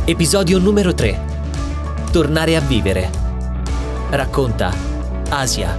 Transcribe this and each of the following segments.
Episodio numero 3. Tornare a vivere. Racconta Asia.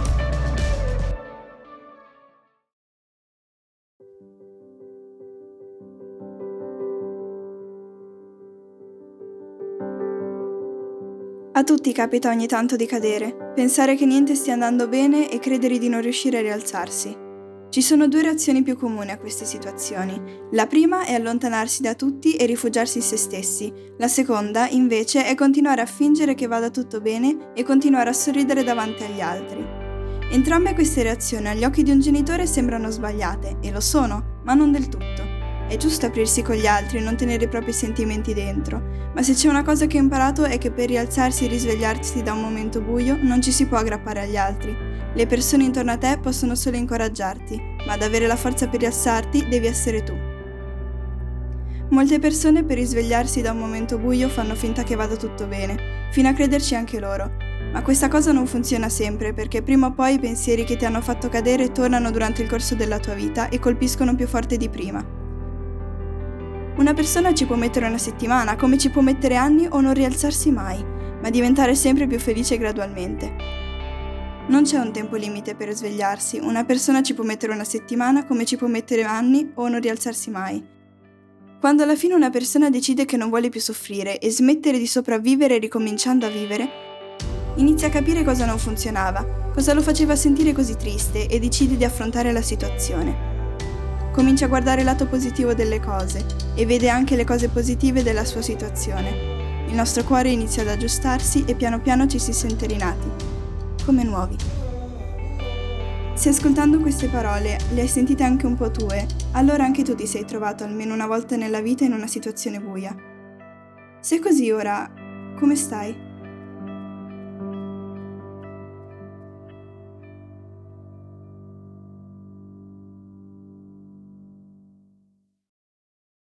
A tutti capita ogni tanto di cadere, pensare che niente stia andando bene e credere di non riuscire a rialzarsi. Ci sono due reazioni più comuni a queste situazioni. La prima è allontanarsi da tutti e rifugiarsi in se stessi. La seconda, invece, è continuare a fingere che vada tutto bene e continuare a sorridere davanti agli altri. Entrambe queste reazioni agli occhi di un genitore sembrano sbagliate, e lo sono, ma non del tutto. È giusto aprirsi con gli altri e non tenere i propri sentimenti dentro, ma se c'è una cosa che ho imparato è che per rialzarsi e risvegliarsi da un momento buio non ci si può aggrappare agli altri. Le persone intorno a te possono solo incoraggiarti, ma ad avere la forza per rialzarti devi essere tu. Molte persone per risvegliarsi da un momento buio fanno finta che vada tutto bene, fino a crederci anche loro. Ma questa cosa non funziona sempre perché prima o poi i pensieri che ti hanno fatto cadere tornano durante il corso della tua vita e colpiscono più forte di prima. Una persona ci può mettere una settimana, come ci può mettere anni o non rialzarsi mai, ma diventare sempre più felice gradualmente. Non c'è un tempo limite per svegliarsi, una persona ci può mettere una settimana come ci può mettere anni o non rialzarsi mai. Quando alla fine una persona decide che non vuole più soffrire e smettere di sopravvivere ricominciando a vivere, inizia a capire cosa non funzionava, cosa lo faceva sentire così triste e decide di affrontare la situazione. Comincia a guardare il lato positivo delle cose e vede anche le cose positive della sua situazione. Il nostro cuore inizia ad aggiustarsi e piano piano ci si sente rinati, come nuovi. Se ascoltando queste parole le hai sentite anche un po' tue, allora anche tu ti sei trovato almeno una volta nella vita in una situazione buia. Se è così ora, come stai?